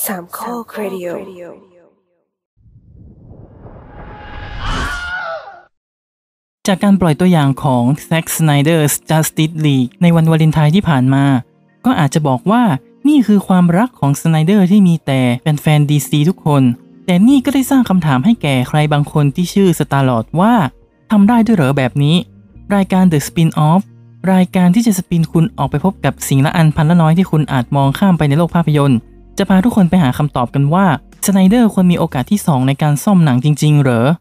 สามข้อครดิโอจากการปล่อยตัวอย่างของ Zack Snyder's Justice League ในวันวาเลนไทน์ที่ผ่านมาก็อาจจะบอกว่านี่คือความรักของ Snyder ที่มีแต่แฟนๆ DC ทุกคนแต่นี่ก็ได้สร้างคำถามให้แก่ใครบางคนที่ชื่อ Star-Lord ว่าทำได้ด้วยเหรอแบบนี้รายการ The Spin-Off รายการที่จะสปินคุณออกไปพบกับสิ่งละอันพันละน้อยที่คุณอาจมองข้ามไปในโลกภาพยนตร์จะพาทุกคนไปหาคำตอบกันว่า Snyder ควรมีโอกาสที่2ในการซ่อมหนังจริงๆเหรอ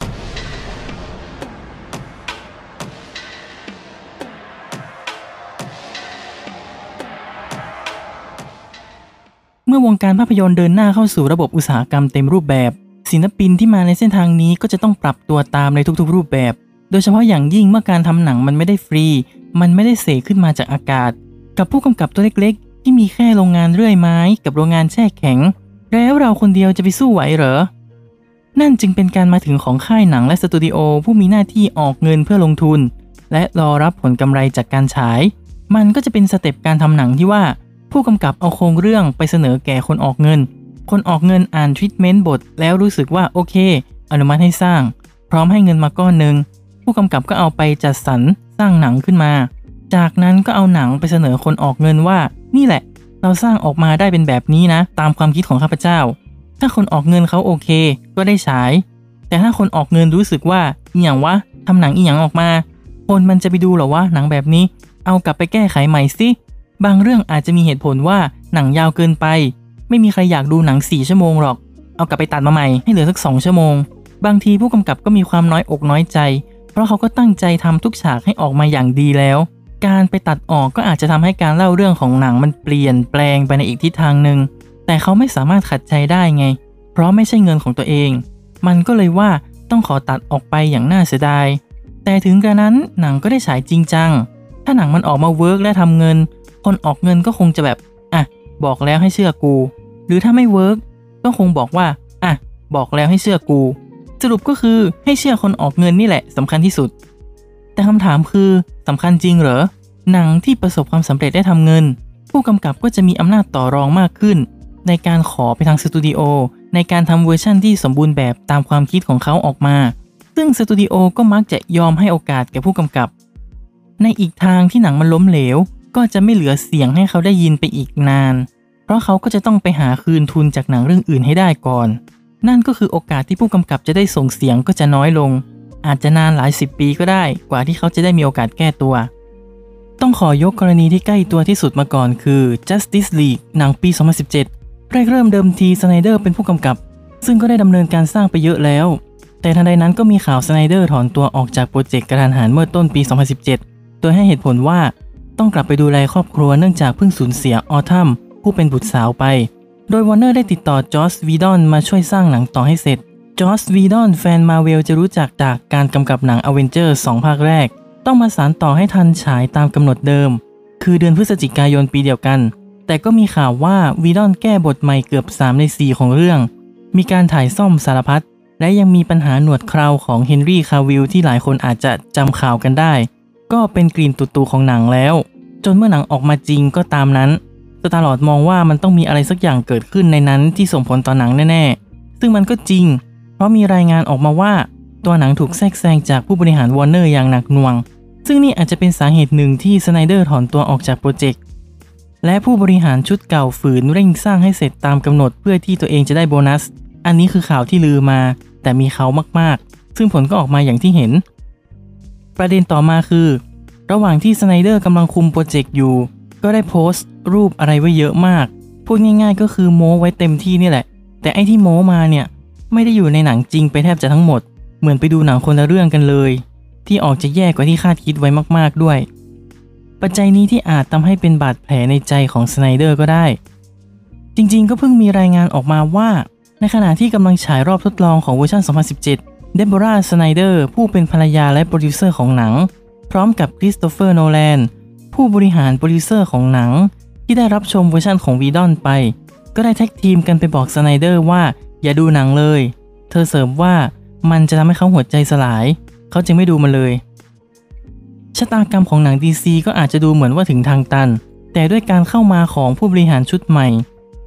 เมื่อวงการภาพยนตร์เดินหน้าเข้าสู่ระบบอุตสาหกรรมเต็มรูปแบบศิลปินที่มาในเส้นทางนี้ก็จะต้องปรับตัวตามในทุกๆรูปแบบโดยเฉพาะอย่างยิ่งเมื่อการทำหนังมันไม่ได้ฟรีมันไม่ได้เสกขึ้นมาจากอากาศกับผู้กำกับตัวเล็กๆที่มีแค่โรงงานเรื่อยไม้กับโรงงานแช่แข็งแล้วเราคนเดียวจะไปสู้ไหวเหรอนั่นจึงเป็นการมาถึงของค่ายหนังและสตูดิโอผู้มีหน้าที่ออกเงินเพื่อลงทุนและรอรับผลกำไรจากการฉายมันก็จะเป็นสเต็ปการทำหนังที่ว่าผู้กำกับเอาโครงเรื่องไปเสนอแก่คนออกเงินคนออกเงินอ่านทรีทเมนต์บทแล้วรู้สึกว่าโอเคอนุมัติให้สร้างพร้อมให้เงินมาก้อนนึงผู้กำกับก็เอาไปจัดสรรสร้างหนังขึ้นมาจากนั้นก็เอาหนังไปเสนอคนออกเงินว่านี่แหละเราสร้างออกมาได้เป็นแบบนี้นะตามความคิดของข้าพเจ้าถ้าคนออกเงินเขาโอเคก็ได้ฉายแต่ถ้าคนออกเงินรู้สึกว่าอีหยังวะทำหนังอีหยังออกมาคนมันจะไปดูหรอวะหนังแบบนี้เอากลับไปแก้ไขใหม่สิบางเรื่องอาจจะมีเหตุผลว่าหนังยาวเกินไปไม่มีใครอยากดูหนัง4 ชั่วโมงหรอกเอากลับไปตัดมาใหม่ให้เหลือสัก2 ชั่วโมงบางทีผู้กำกับก็มีความน้อยอกน้อยใจเพราะเขาก็ตั้งใจทำทุกฉากให้ออกมาอย่างดีแล้วการไปตัดออกก็อาจจะทำให้การเล่าเรื่องของหนังมันเปลี่ยนแปลงไปในอีกทิศทางหนึ่งแต่เขาไม่สามารถขัดใจได้ไงเพราะไม่ใช่เงินของตัวเองมันก็เลยว่าต้องขอตัดออกไปอย่างน่าเสียดายแต่ถึงกระนั้นหนังก็ได้ฉายจริงจังถ้าหนังมันออกมาเวิร์กและทำเงินคนออกเงินก็คงจะแบบบอกแล้วให้เชื่อกูหรือถ้าไม่เวิร์กก็คงบอกว่าบอกแล้วให้เชื่อกูสรุปก็คือให้เชื่อคนออกเงินนี่แหละสำคัญที่สุดแต่คำถามคือสำคัญจริงเหรอหนังที่ประสบความสำเร็จได้ทำเงินผู้กำกับก็จะมีอำนาจต่อรองมากขึ้นในการขอไปทางสตูดิโอในการทำเวอร์ชั่นที่สมบูรณ์แบบตามความคิดของเขาออกมาซึ่งสตูดิโอก็มักจะยอมให้โอกาสแก่ผู้กำกับในอีกทางที่หนังมันล้มเหลวก็จะไม่เหลือเสียงให้เขาได้ยินไปอีกนานเพราะเขาก็จะต้องไปหาคืนทุนจากหนังเรื่องอื่นให้ได้ก่อนนั่นก็คือโอกาสที่ผู้กำกับจะได้ส่งเสียงก็จะน้อยลงอาจจะนานหลาย10 ปีก็ได้กว่าที่เขาจะได้มีโอกาสแก้ตัวต้องขอยกกรณีที่ใกล้ตัวที่สุดมาก่อนคือ Justice League หนังปี 2017 แรกเริ่มเดิมที Snyder เป็นผู้กำกับซึ่งก็ได้ดำเนินการสร้างไปเยอะแล้วแต่ทันใดนั้นก็มีข่าว Snyder ถอนตัวออกจากโปรเจกต์กระทันหันเมื่อต้นปี 2017 โดยให้เหตุผลว่าต้องกลับไปดูแลครอบครัวเนื่องจากเพิ่งสูญเสียออทัมผู้เป็นบุตรสาวไปโดยวอร์เนอร์ได้ติดต่อจอส วีดอนมาช่วยสร้างหนังต่อให้เสร็จจอส วีดอนแฟนมาร์เวลจะรู้จักจากการกำกับหนังอเวนเจอร์2 ภาคแรกต้องมาสานต่อให้ทันฉายตามกำหนดเดิมคือเดือนพฤศจิกายนปีเดียวกันแต่ก็มีข่าวว่าวีดอนแก้บทใหม่เกือบ3 ใน 4ของเรื่องมีการถ่ายซ่อมสารพัดและยังมีปัญหาหนวดเคราของเฮนรี่คาวิลที่หลายคนอาจจะจำข่าวกันได้ก็เป็นกลิ่นตุ่ๆของหนังแล้วจนเมื่อหนังออกมาจริงก็ตามนั้นStar-Lordมองว่ามันต้องมีอะไรสักอย่างเกิดขึ้นในนั้นที่ส่งผลต่อหนังแน่ๆซึ่งมันก็จริงเพราะมีรายงานออกมาว่าตัวหนังถูกแทรกแซงจากผู้บริหารวอร์เนอร์อย่างหนักหน่วงซึ่งนี่อาจจะเป็นสาเหตุหนึ่งที่สไนเดอร์ถอนตัวออกจากโปรเจกต์และผู้บริหารชุดเก่าฝืนเร่งสร้างให้เสร็จตามกำหนดเพื่อที่ตัวเองจะได้โบนัสอันนี้คือข่าวที่ลือมาแต่มีเขามากๆซึ่งผลก็ออกมาอย่างที่เห็นประเด็นต่อมาคือระหว่างที่สไนเดอร์กำลังคุมโปรเจกต์อยู่ก็ได้โพสต์รูปอะไรไว้เยอะมากพูดง่ายๆก็คือโม้ไว้เต็มที่นี่แหละแต่ไอ้ที่โม้มาเนี่ยไม่ได้อยู่ในหนังจริงไปแทบจะทั้งหมดเหมือนไปดูหนังคนละเรื่องกันเลยที่ออกจะแย่กว่าที่คาดคิดไว้มากๆด้วยปัจจัยนี้ที่อาจทำให้เป็นบาดแผลในใจของสไนเดอร์ก็ได้จริงๆก็เพิ่งมีรายงานออกมาว่าในขณะที่กำลังฉายรอบทดลองของเวอร์ชัน 2017 เดโบราห์ สไนเดอร์ผู้เป็นภรรยาและโปรดิวเซอร์ของหนังพร้อมกับคริสโตเฟอร์ โนแลนผู้บริหารโปรดิวเซอร์ของหนังที่ได้รับชมเวอร์ชันของวีดอนไปก็ได้แท็กทีมกันไปบอกสไนเดอร์ว่าอย่าดูหนังเลยเธอเสริมว่ามันจะทำให้เขาหัวใจสลายเขาจึงไม่ดูมันเลยชะตากรรมของหนัง DC ก็อาจจะดูเหมือนว่าถึงทางตันแต่ด้วยการเข้ามาของผู้บริหารชุดใหม่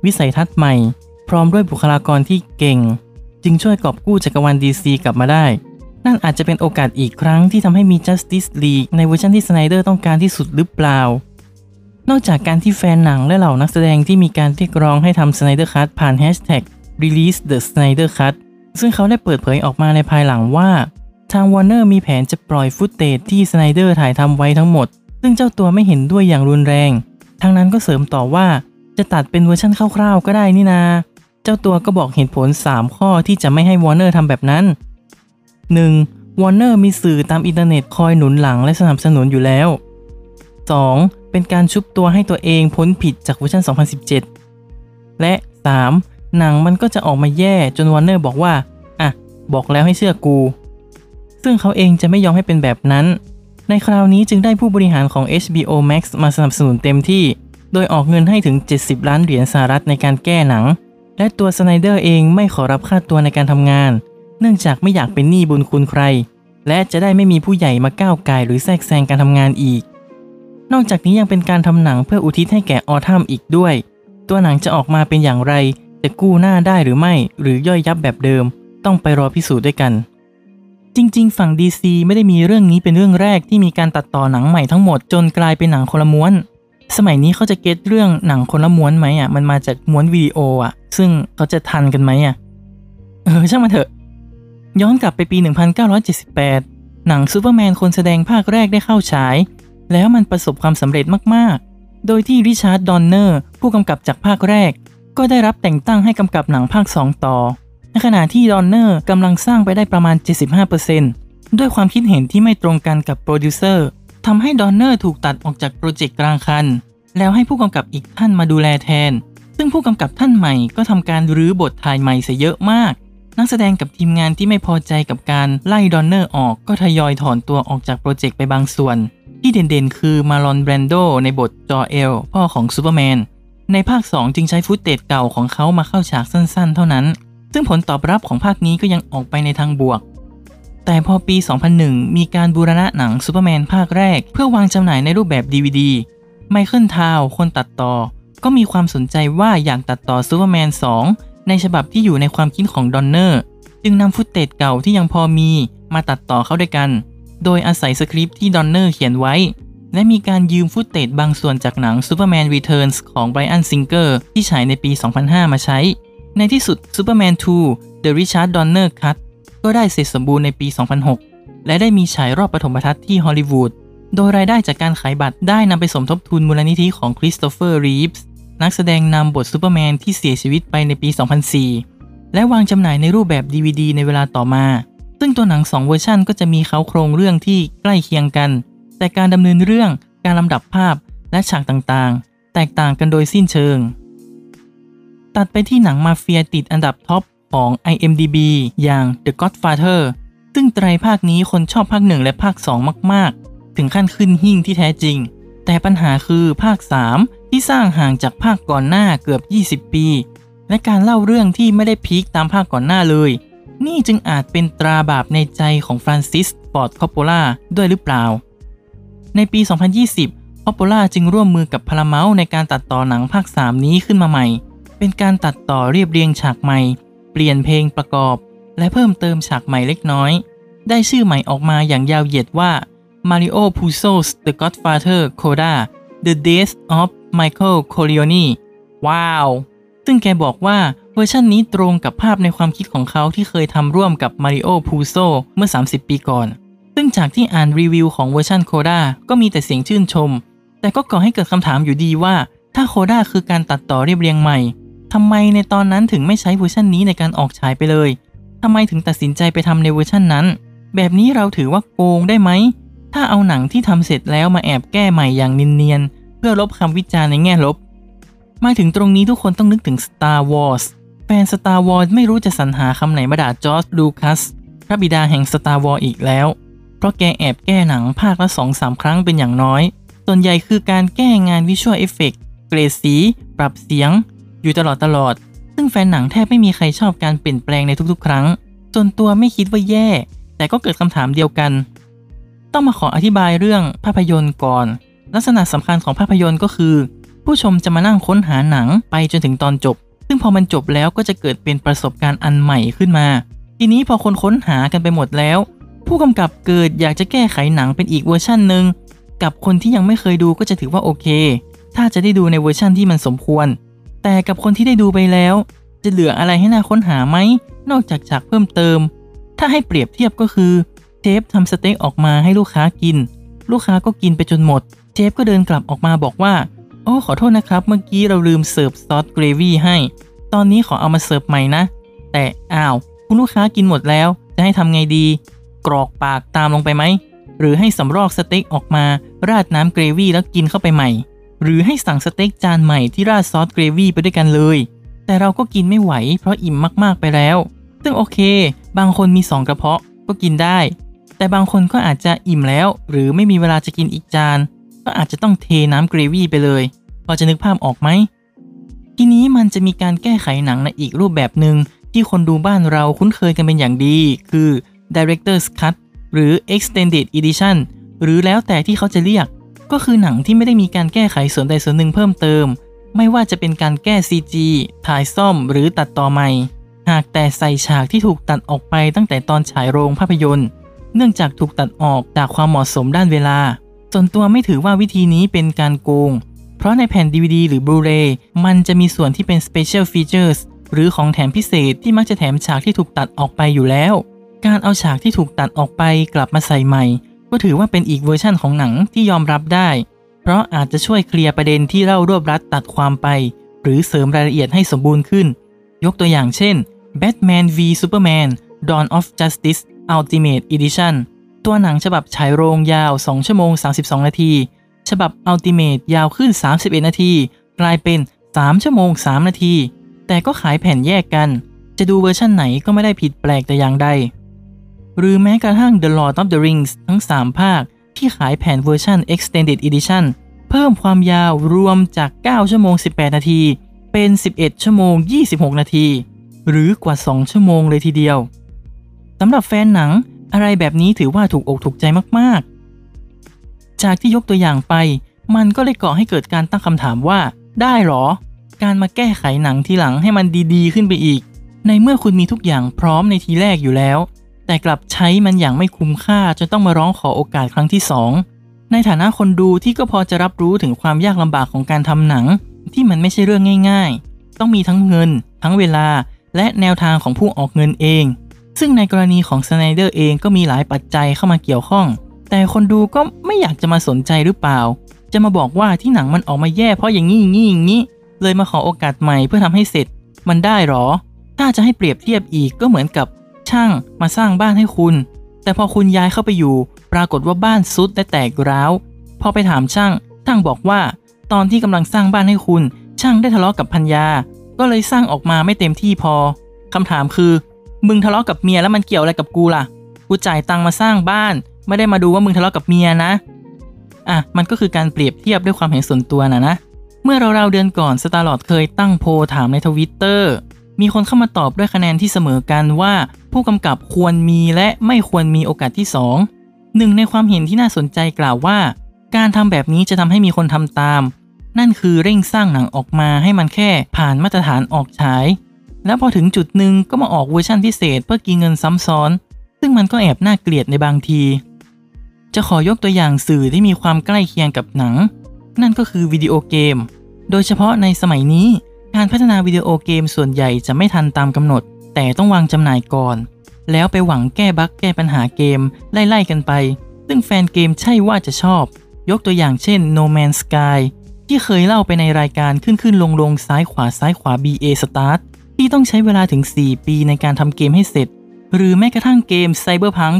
วิสัยทัศน์ใหม่พร้อมด้วยบุคลากรที่เก่งจึงช่วยกอบกู้จักรวาล DC กลับมาได้นั่นอาจจะเป็นโอกาสอีกครั้งที่ทำให้มี Justice League ในเวอร์ชันที่สไนเดอร์ต้องการที่สุดหรือเปล่านอกจากการที่แฟนหนังและเหล่านักแสดงที่มีการเรียกร้องให้ทำ Snyder Cut ผ่าน Hashtag Release the Snyder Cut ซึ่งเขาได้เปิดเผยออกมาในภายหลังว่าทาง Warner มีแผนจะปล่อยฟุตเทจที่ Snyder ถ่ายทำไว้ทั้งหมดซึ่งเจ้าตัวไม่เห็นด้วยอย่างรุนแรงทางนั้นก็เสริมต่อว่าจะตัดเป็นเวอร์ชั่นคร่าวๆก็ได้นี่นาเจ้าตัวก็บอกเหตุผล3ข้อที่จะไม่ให้ Warner ทำแบบนั้น 1. Warner มีสื่อตามอินเทอร์เน็ตคอยหนุนหลังและสนับสนุนอยู่แล้ว 2. เป็นการชุบตัวให้ตัวเองพ้นผิดจากเวอร์ชัน 2017 และ 3. หนังมันก็จะออกมาแย่จน Warner บอกว่าอ่ะบอกแล้วให้เชื่อกูซึ่งเขาเองจะไม่ยอมให้เป็นแบบนั้นในคราวนี้จึงได้ผู้บริหารของ HBO Max มาสนับสนุนเต็มที่โดยออกเงินให้ถึง$70 ล้านสหรัฐในการแก้หนังและตัวสไนเดอร์เองไม่ขอรับค่าตัวในการทำงานเนื่องจากไม่อยากเป็นหนี้บุญคุณใครและจะได้ไม่มีผู้ใหญ่มาก้าวก่ายหรือแทรกแซงการทำงานอีกนอกจากนี้ยังเป็นการทำหนังเพื่ออุทิศให้แก่ออทัมอีกด้วยตัวหนังจะออกมาเป็นอย่างไรจะกู้หน้าได้หรือไม่หรือย่อยยับแบบเดิมต้องไปรอพิสูจน์ด้วยกันจริงๆฝั่ง DC ไม่ได้มีเรื่องนี้เป็นเรื่องแรกที่มีการตัดต่อหนังใหม่ทั้งหมดจนกลายเป็นหนังคนละม้วนสมัยนี้เขาจะเก็ตเรื่องหนังคนละม้วนไหมอ่ะมันมาจากม้วนวิดีโออ่ะซึ่งเขาจะทันกันไหมอ่ะช่างมันเถอะย้อนกลับไปปี 1978 หนังซูเปอร์แมนคนแสดงภาคแรกได้เข้าฉายแล้วมันประสบความสำเร็จมากๆโดยที่ริชาร์ด ดอนเนอร์ผู้กำกับจากภาคแรกก็ได้รับแต่งตั้งให้กำกับหนังภาค2ต่อในขณะที่ดอนเนอร์กำลังสร้างไปได้ประมาณ 75% ด้วยความคิดเห็นที่ไม่ตรงกันกับโปรดิวเซอร์ทำให้ดอนเนอร์ถูกตัดออกจากโปรเจกต์กลางคันแล้วให้ผู้กำกับอีกท่านมาดูแลแทนซึ่งผู้กำกับท่านใหม่ก็ทำการรื้อบทถ่ายใหม่เสียเยอะมากนักแสดงกับทีมงานที่ไม่พอใจกับการไล่ดอนเนอร์ออกก็ทยอยถอนตัวออกจากโปรเจกต์ไปบางส่วนที่เด่นๆคือมาลอน แบรนโดในบทจอเอลพ่อของซูเปอร์แมนในภาค2จึงใช้ฟุตเทจเก่าของเขามาเข้าฉากสั้นๆเท่านั้นซึ่งผลตอบรับของภาคนี้ก็ยังออกไปในทางบวกแต่พอปี 2001 มีการบูรณะหนังซูเปอร์แมนภาคแรกเพื่อวางจำหน่ายในรูปแบบ DVD ไมเคิล ทาวน์คนตัดต่อก็มีความสนใจว่าอยากตัดต่อซูเปอร์แมน2ในฉบับที่อยู่ในความคิดของดอนเนอร์จึงนำฟุตเทจเก่าที่ยังพอมีมาตัดต่อเข้าด้วยกันโดยอาศัยสคริปต์ที่ดอนเนอร์เขียนไว้และมีการยืมฟุตเทจบางส่วนจากหนัง Superman Returns ของไบรอัน ซิงเกอร์ที่ฉายในปี 2005 มาใช้ในที่สุด Superman 2 The Richard Donner Cut ก็ได้เสร็จสมบูรณ์ในปี 2006 และได้มีฉายรอบปฐมทัศน์ที่ฮอลลีวูดโดยรายได้จากการขายบัตรได้นำไปสมทบทุนมูลนิธิของคริสโตเฟอร์ รีฟส์นักแสดงนำบทซูเปอร์แมนที่เสียชีวิตไปในปี 2004 และวางจำหน่ายในรูปแบบ DVD ในเวลาต่อมาซึ่งตัวหนัง2เวอร์ชันก็จะมีโครงเรื่องที่ใกล้เคียงกันแต่การดำเนินเรื่องการลำดับภาพและฉากต่างๆแตกต่างกันโดยสิ้นเชิงตัดไปที่หนังมาเฟียติดอันดับท็อปของ IMDb อย่าง The Godfather ซึ่งไตรภาคนี้คนชอบภาค1และภาค2มากๆถึงขั้นขึ้นหิ้งที่แท้จริงแต่ปัญหาคือภาค3ที่สร้างห่างจากภาคก่อนหน้าเกือบ20 ปีและการเล่าเรื่องที่ไม่ได้พีคตามภาคก่อนหน้าเลยนี่จึงอาจเป็นตราบาปในใจของฟรานซิส ฟอร์ด คอปโปล่าด้วยหรือเปล่าในปี 2020 คอปโปล่าจึงร่วมมือกับ Paramount ในการตัดต่อหนังภาค3นี้ขึ้นมาใหม่เป็นการตัดต่อเรียบเรียงฉากใหม่เปลี่ยนเพลงประกอบและเพิ่มเติมฉากใหม่เล็กน้อยได้ชื่อใหม่ออกมาอย่างยาวเหยียดว่า Mario Puzo's The Godfather Coda The Death of Michael Corleone ว้าวซึ่งแกบอกว่าเวอร์ชันนี้ตรงกับภาพในความคิดของเขาที่เคยทำร่วมกับ Mario Puzo เมื่อ30 ปีก่อนซึ่งจากที่อ่านรีวิวของเวอร์ชัน Coda ก็มีแต่เสียงชื่นชมแต่ก็ก่อให้เกิดคำถามอยู่ดีว่าถ้า Coda คือการตัดต่อเรียบเรียงใหม่ทำไมในตอนนั้นถึงไม่ใช้เวอร์ชันนี้ในการออกฉายไปเลยทำไมถึงตัดสินใจไปทำในเวอร์ชันนั้นแบบนี้เราถือว่าโกงได้ไหมถ้าเอาหนังที่ทำเสร็จแล้วมาแอบแก้ใหม่อย่างเนียนๆเพื่อลบคำวิจารณ์ในแง่ลบมาถึงตรงนี้ทุกคนต้องนึกถึง Star Wars แฟน Star Wars ไม่รู้จะสรรหาคำไหนมาด่าจอร์จ ลูคัสพระบิดาแห่ง Star Wars อีกแล้วเพราะแกแอบแก้หนังภาคละ 2-3 ครั้งเป็นอย่างน้อยส่วนใหญ่คือการแก้งานวิชวลเอฟเฟกต์เกรดสีปรับเสียงอยู่ตลอดซึ่งแฟนหนังแทบไม่มีใครชอบการเปลี่ยนแปลงในทุกๆครั้งส่วนตัวไม่คิดว่าแย่แต่ก็เกิดคำถามเดียวกันต้องมาขออธิบายเรื่องภาพยนตร์ก่อนลักษณะสำคัญของภาพยนตร์ก็คือผู้ชมจะมานั่งค้นหาหนังไปจนถึงตอนจบซึ่งพอมันจบแล้วก็จะเกิดเป็นประสบการณ์อันใหม่ขึ้นมาทีนี้พอคนค้นหากันไปหมดแล้วผู้กำกับเกิดอยากจะแก้ไขหนังเป็นอีกเวอร์ชันหนึ่งกับคนที่ยังไม่เคยดูก็จะถือว่าโอเคถ้าจะได้ดูในเวอร์ชันที่มันสมควรแต่กับคนที่ได้ดูไปแล้วจะเหลืออะไรให้น่าค้นหาไหมนอกจากฉากเพิ่มเติมถ้าให้เปรียบเทียบก็คือเชฟทำสเต็กออกมาให้ลูกค้ากินลูกค้าก็กินไปจนหมดเชฟก็เดินกลับออกมาบอกว่าโอ้ขอโทษนะครับเมื่อกี้เราลืมเสิร์ฟซอสเกรวี่ให้ตอนนี้ขอเอามาเสิร์ฟใหม่นะแต่คุณลูกค้ากินหมดแล้วจะให้ทำไงดีกรอกปากตามลงไปไหมหรือให้สำรอกสเต็กออกมาราดน้ำเกรวี่แล้วกินเข้าไปใหม่หรือให้สั่งสเต็กจานใหม่ที่ราดซอสเกรวี่ไปด้วยกันเลยแต่เราก็กินไม่ไหวเพราะอิ่มมากๆไปแล้วซึ่งโอเคบางคนมี2กระเพาะก็กินได้แต่บางคนก็อาจจะอิ่มแล้วหรือไม่มีเวลาจะกินอีกจานก็อาจจะต้องเทน้ำเกรวี่ไปเลยพอจะนึกภาพออกไหมทีนี้มันจะมีการแก้ไขหนังในอีกรูปแบบหนึ่งที่คนดูบ้านเราคุ้นเคยกันเป็นอย่างดีคือ Director's Cut หรือ Extended Edition หรือแล้วแต่ที่เขาจะเรียกก็คือหนังที่ไม่ได้มีการแก้ไขส่วนใดส่วนหนึ่งเพิ่มเติมไม่ว่าจะเป็นการแก้ CG ถ่ายซ่อมหรือตัดต่อใหม่หากแต่ใส่ฉากที่ถูกตัดออกไปตั้งแต่ตอนฉายโรงภาพยนตร์เนื่องจากถูกตัดออกจากความเหมาะสมด้านเวลาส่วนตัวไม่ถือว่าวิธีนี้เป็นการโกงเพราะในแผ่น DVD หรือ Blu-ray มันจะมีส่วนที่เป็น Special Features หรือของแถมพิเศษที่มักจะแถมฉากที่ถูกตัดออกไปอยู่แล้วการเอาฉากที่ถูกตัดออกไปกลับมาใส่ใหม่ก็ถือว่าเป็นอีกเวอร์ชั่นของหนังที่ยอมรับได้เพราะอาจจะช่วยเคลียร์ประเด็นที่เล่ารวบรัดตัดความไปหรือเสริมรายละเอียดให้สมบูรณ์ขึ้นยกตัวอย่างเช่น Batman v Superman Dawn of Justice Ultimate Edition ตัวหนังฉบับฉายโรงยาว2ชั่วโมง32นาทีฉบับ Ultimate ยาวขึ้น31นาทีกลายเป็น3ชั่วโมง3นาทีแต่ก็ขายแผ่นแยกกันจะดูเวอร์ชั่นไหนก็ไม่ได้ผิดแปลกแต่อย่างใดหรือแม้กระทั่ง The Lord of the Rings ทั้ง3ภาคที่ขายแผ่นเวอร์ชัน Extended Edition เพิ่มความยาวรวมจาก9ชั่วโมง18นาทีเป็น11ชั่วโมง26นาทีหรือกว่า2ชั่วโมงเลยทีเดียวสำหรับแฟนหนังอะไรแบบนี้ถือว่าถูกอกถูกใจมากๆจากที่ยกตัวอย่างไปมันก็เลยก่อให้เกิดการตั้งคำถามว่าได้หรอการมาแก้ไขหนังทีหลังให้มันดีๆขึ้นไปอีกในเมื่อคุณมีทุกอย่างพร้อมในทีแรกอยู่แล้วแต่กลับใช้มันอย่างไม่คุ้มค่าจนต้องมาร้องขอโอกาสครั้งที่2ในฐานะคนดูที่ก็พอจะรับรู้ถึงความยากลำบากของการทำหนังที่มันไม่ใช่เรื่องง่ายๆต้องมีทั้งเงินทั้งเวลาและแนวทางของผู้ออกเงินเองซึ่งในกรณีของสไนเดอร์เองก็มีหลายปัจจัยเข้ามาเกี่ยวข้องแต่คนดูก็ไม่อยากจะมาสนใจหรือเปล่าจะมาบอกว่าที่หนังมันออกมาแย่เพราะอย่างนี้เลยมาขอโอกาสใหม่เพื่อทำให้เสร็จมันได้หรอถ้าจะให้เปรียบเทียบอีกก็เหมือนกับช่างมาสร้างบ้านให้คุณแต่พอคุณย้ายเข้าไปอยู่ปรากฏว่าบ้านทรุดและแตกร้าวพอไปถามช่างบอกว่าตอนที่กำลังสร้างบ้านให้คุณช่างได้ทะเลาะกับภรรยาก็เลยสร้างออกมาไม่เต็มที่พอคำถามคือมึงทะเลาะกับเมียแล้วมันเกี่ยวอะไรกับกูล่ะกูจ่ายตังค์มาสร้างบ้านไม่ได้มาดูว่ามึงทะเลาะกับเมียนะมันก็คือการเปรียบเทียบด้วยความเห็นส่วนตัวนะเมื่อเราเดือนก่อนสตาร์ลอร์ดเคยตั้งโพลถามใน Twitter มีคนเข้ามาตอบด้วยคะแนนที่เสมอกันว่าผู้กำกับควรมีและไม่ควรมีโอกาสที่2หนึ่งในความเห็นที่น่าสนใจกล่าวว่าการทำแบบนี้จะทำให้มีคนทำตามนั่นคือเร่งสร้างหนังออกมาให้มันแค่ผ่านมาตรฐานออกฉายแล้วพอถึงจุดหนึ่งก็มาออกเวอร์ชั่นพิเศษเพื่อกินเงินซ้ำซ้อนซึ่งมันก็แอบน่าเกลียดในบางทีจะขอยกตัวอย่างสื่อที่มีความใกล้เคียงกับหนังนั่นก็คือวิดีโอเกมโดยเฉพาะในสมัยนี้การพัฒนาวิดีโอเกมส่วนใหญ่จะไม่ทันตามกำหนดแต่ต้องวางจำหน่ายก่อนแล้วไปหวังแก้บั๊กแก้ปัญหาเกมไล่ๆกันไปซึ่งแฟนเกมใช่ว่าจะชอบยกตัวอย่างเช่น No Man's Sky ที่เคยเล่าไปในรายการขึ้นลงซ้ายขวา BA Start ที่ต้องใช้เวลาถึง4ปีในการทำเกมให้เสร็จหรือแม้กระทั่งเกม Cyberpunk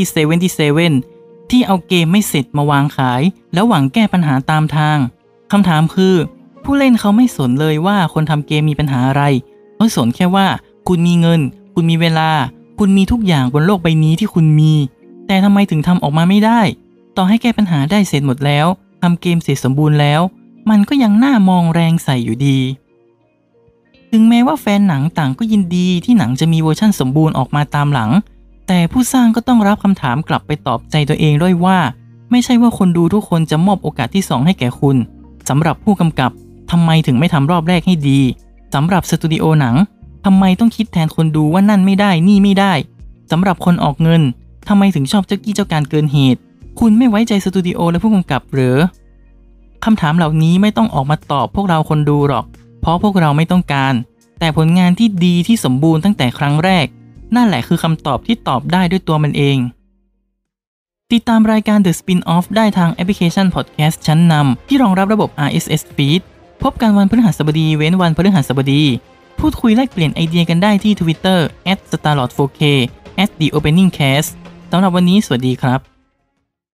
2077ที่เอาเกมไม่เสร็จมาวางขายแล้วหวังแก้ปัญหาตามทางคำถามคือผู้เล่นเขาไม่สนเลยว่าคนทำเกมมีปัญหาอะไรเขาสนแค่ว่าคุณมีเงินคุณมีเวลาคุณมีทุกอย่างบนโลกใบนี้ที่คุณมีแต่ทำไมถึงทำออกมาไม่ได้ต่อให้แก้ปัญหาได้เสร็จหมดแล้วทำเกมเสร็จสมบูรณ์แล้วมันก็ยังน่ามองแรงใส่อยู่ดีถึงแม้ว่าแฟนหนังต่างก็ยินดีที่หนังจะมีเวอร์ชั่นสมบูรณ์ออกมาตามหลังแต่ผู้สร้างก็ต้องรับคำถามกลับไปตอบใจตัวเองด้วยว่าไม่ใช่ว่าคนดูทุกคนจะมอบโอกาสที่2ให้แก่คุณสำหรับผู้กำกับทำไมถึงไม่ทำรอบแรกให้ดีสำหรับสตูดิโอหนังทำไมต้องคิดแทนคนดูว่านั่นไม่ได้นี่ไม่ได้สำหรับคนออกเงินทำไมถึงชอบเจ้ากี้เจ้าการเกินเหตุคุณไม่ไว้ใจสตูดิโอและผู้กำกับหรือคำถามเหล่านี้ไม่ต้องออกมาตอบพวกเราคนดูหรอกเพราะพวกเราไม่ต้องการแต่ผลงานที่ดีที่สมบูรณ์ตั้งแต่ครั้งแรกนั่นแหละคือคำตอบที่ตอบได้ด้วยตัวมันเองติดตามรายการ The Spin-off ได้ทางแอปพลิเคชันพอดแคสต์ชั้นนำที่รองรับระบบ RSS Feed พบกันวันพฤหัสบดีเว้นวันพฤหัสบดีพูดคุยแลกเปลี่ยนไอเดียกันได้ที่ Twitter @starlord4k @theopeningcast สำหรับวันนี้สวัสดีครับ